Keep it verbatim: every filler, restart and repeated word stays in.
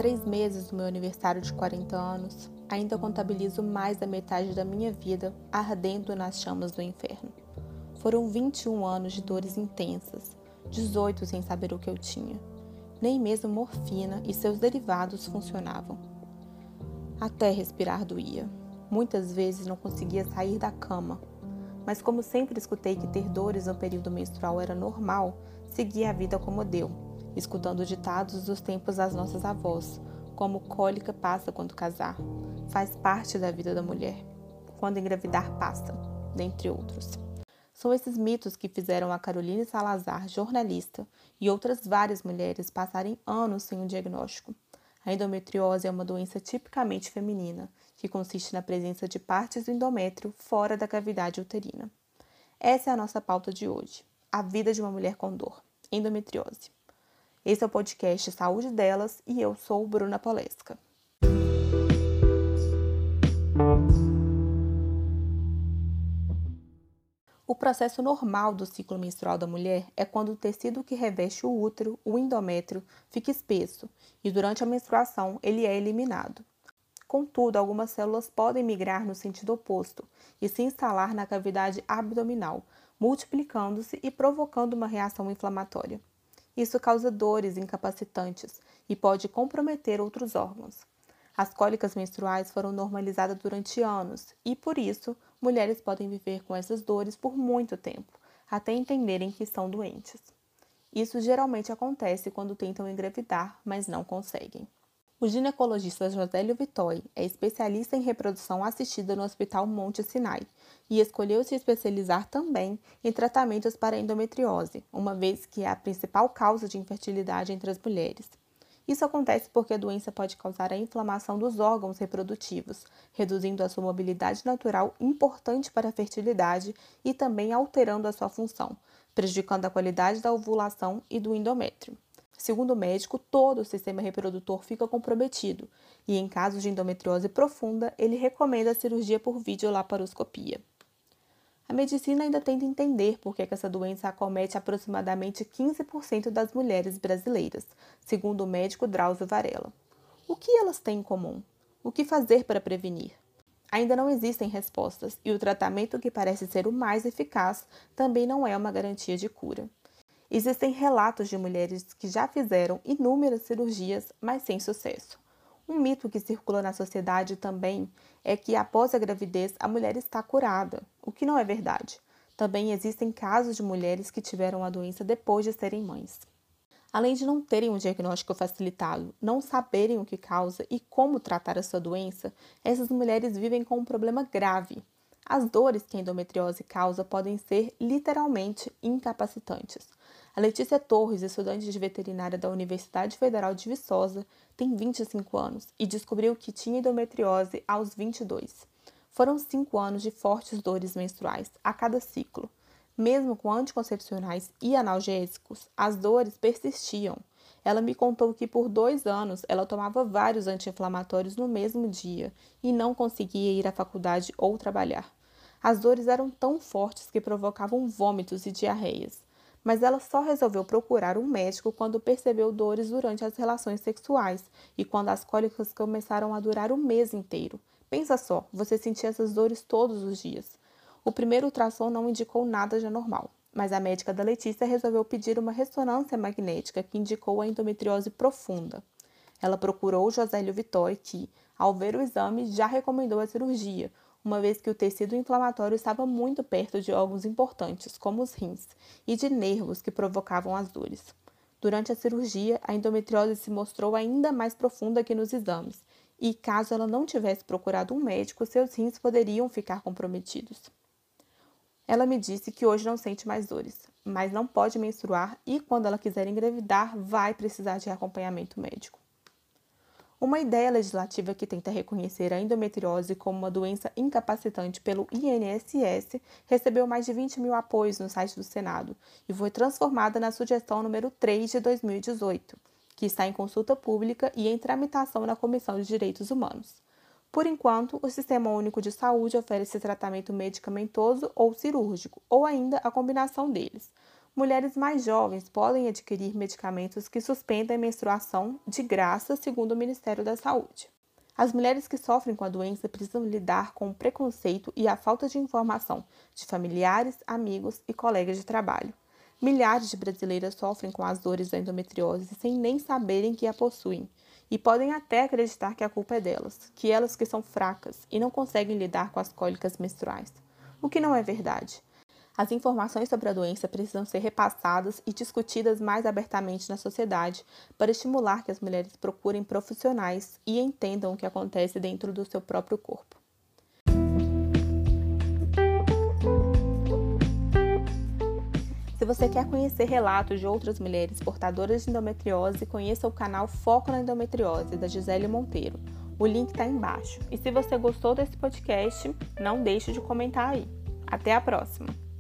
três meses do meu aniversário de quarenta anos, ainda contabilizo mais da metade da minha vida ardendo nas chamas do inferno. Foram vinte e um anos de dores intensas, dezoito sem saber o que eu tinha. Nem mesmo morfina e seus derivados funcionavam. Até respirar doía. Muitas vezes não conseguia sair da cama. Mas como sempre escutei que ter dores no período menstrual era normal, segui a vida como deu, escutando ditados dos tempos das nossas avós, como cólica passa quando casar, faz parte da vida da mulher, quando engravidar passa, dentre outros. São esses mitos que fizeram a Caroline Salazar, jornalista, e outras várias mulheres passarem anos sem um diagnóstico. A endometriose é uma doença tipicamente feminina, que consiste na presença de partes do endométrio fora da cavidade uterina. Essa é a nossa pauta de hoje, a vida de uma mulher com dor, endometriose. Esse é o podcast Saúde Delas e eu sou Bruna Polesca. O processo normal do ciclo menstrual da mulher é quando o tecido que reveste o útero, o endométrio, fica espesso e durante a menstruação ele é eliminado. Contudo, algumas células podem migrar no sentido oposto e se instalar na cavidade abdominal, multiplicando-se e provocando uma reação inflamatória. Isso causa dores incapacitantes e pode comprometer outros órgãos. As cólicas menstruais foram normalizadas durante anos e, por isso, mulheres podem viver com essas dores por muito tempo, até entenderem que são doentes. Isso geralmente acontece quando tentam engravidar, mas não conseguem. O ginecologista Josélio Vittori é especialista em reprodução assistida no Hospital Monte Sinai e escolheu se especializar também em tratamentos para endometriose, uma vez que é a principal causa de infertilidade entre as mulheres. Isso acontece porque a doença pode causar a inflamação dos órgãos reprodutivos, reduzindo a sua mobilidade natural importante para a fertilidade e também alterando a sua função, prejudicando a qualidade da ovulação e do endométrio. Segundo o médico, todo o sistema reprodutor fica comprometido e, em casos de endometriose profunda, ele recomenda a cirurgia por videolaparoscopia. A medicina ainda tenta entender por que essa doença acomete aproximadamente quinze por cento das mulheres brasileiras, segundo o médico Drauzio Varella. O que elas têm em comum? O que fazer para prevenir? Ainda não existem respostas e o tratamento que parece ser o mais eficaz também não é uma garantia de cura. Existem relatos de mulheres que já fizeram inúmeras cirurgias, mas sem sucesso. Um mito que circula na sociedade também é que após a gravidez a mulher está curada, o que não é verdade. Também existem casos de mulheres que tiveram a doença depois de serem mães. Além de não terem um diagnóstico facilitado, não saberem o que causa e como tratar a sua doença, essas mulheres vivem com um problema grave. As dores que a endometriose causa podem ser literalmente incapacitantes. A Letícia Torres, estudante de veterinária da Universidade Federal de Viçosa, tem vinte e cinco anos e descobriu que tinha endometriose aos vinte e dois. Foram cinco anos de fortes dores menstruais a cada ciclo. Mesmo com anticoncepcionais e analgésicos, as dores persistiam. Ela me contou que por dois anos ela tomava vários anti-inflamatórios no mesmo dia e não conseguia ir à faculdade ou trabalhar. As dores eram tão fortes que provocavam vômitos e diarreias. Mas ela só resolveu procurar um médico quando percebeu dores durante as relações sexuais e quando as cólicas começaram a durar o mês inteiro. Pensa só, você sentia essas dores todos os dias. O primeiro ultrassom não indicou nada de anormal, mas a médica da Letícia resolveu pedir uma ressonância magnética que indicou a endometriose profunda. Ela procurou o Josélio Vittori que, ao ver o exame, já recomendou a cirurgia, uma vez que o tecido inflamatório estava muito perto de órgãos importantes, como os rins, e de nervos que provocavam as dores. Durante a cirurgia, a endometriose se mostrou ainda mais profunda que nos exames, e caso ela não tivesse procurado um médico, seus rins poderiam ficar comprometidos. Ela me disse que hoje não sente mais dores, mas não pode menstruar e, quando ela quiser engravidar, vai precisar de acompanhamento médico. Uma ideia legislativa que tenta reconhecer a endometriose como uma doença incapacitante pelo I N S S recebeu mais de vinte mil apoios no site do Senado e foi transformada na sugestão número três de dois mil e dezoito, que está em consulta pública e em tramitação na Comissão de Direitos Humanos. Por enquanto, o Sistema Único de Saúde oferece tratamento medicamentoso ou cirúrgico, ou ainda a combinação deles. Mulheres mais jovens podem adquirir medicamentos que suspendem a menstruação de graça, segundo o Ministério da Saúde. As mulheres que sofrem com a doença precisam lidar com o preconceito e a falta de informação de familiares, amigos e colegas de trabalho. Milhares de brasileiras sofrem com as dores da endometriose sem nem saberem que a possuem e podem até acreditar que a culpa é delas, que elas que são fracas e não conseguem lidar com as cólicas menstruais, o que não é verdade. As informações sobre a doença precisam ser repassadas e discutidas mais abertamente na sociedade para estimular que as mulheres procurem profissionais e entendam o que acontece dentro do seu próprio corpo. Se você quer conhecer relatos de outras mulheres portadoras de endometriose, conheça o canal Foco na Endometriose, da Gisele Monteiro. O link está embaixo. E se você gostou desse podcast, não deixe de comentar aí. Até a próxima!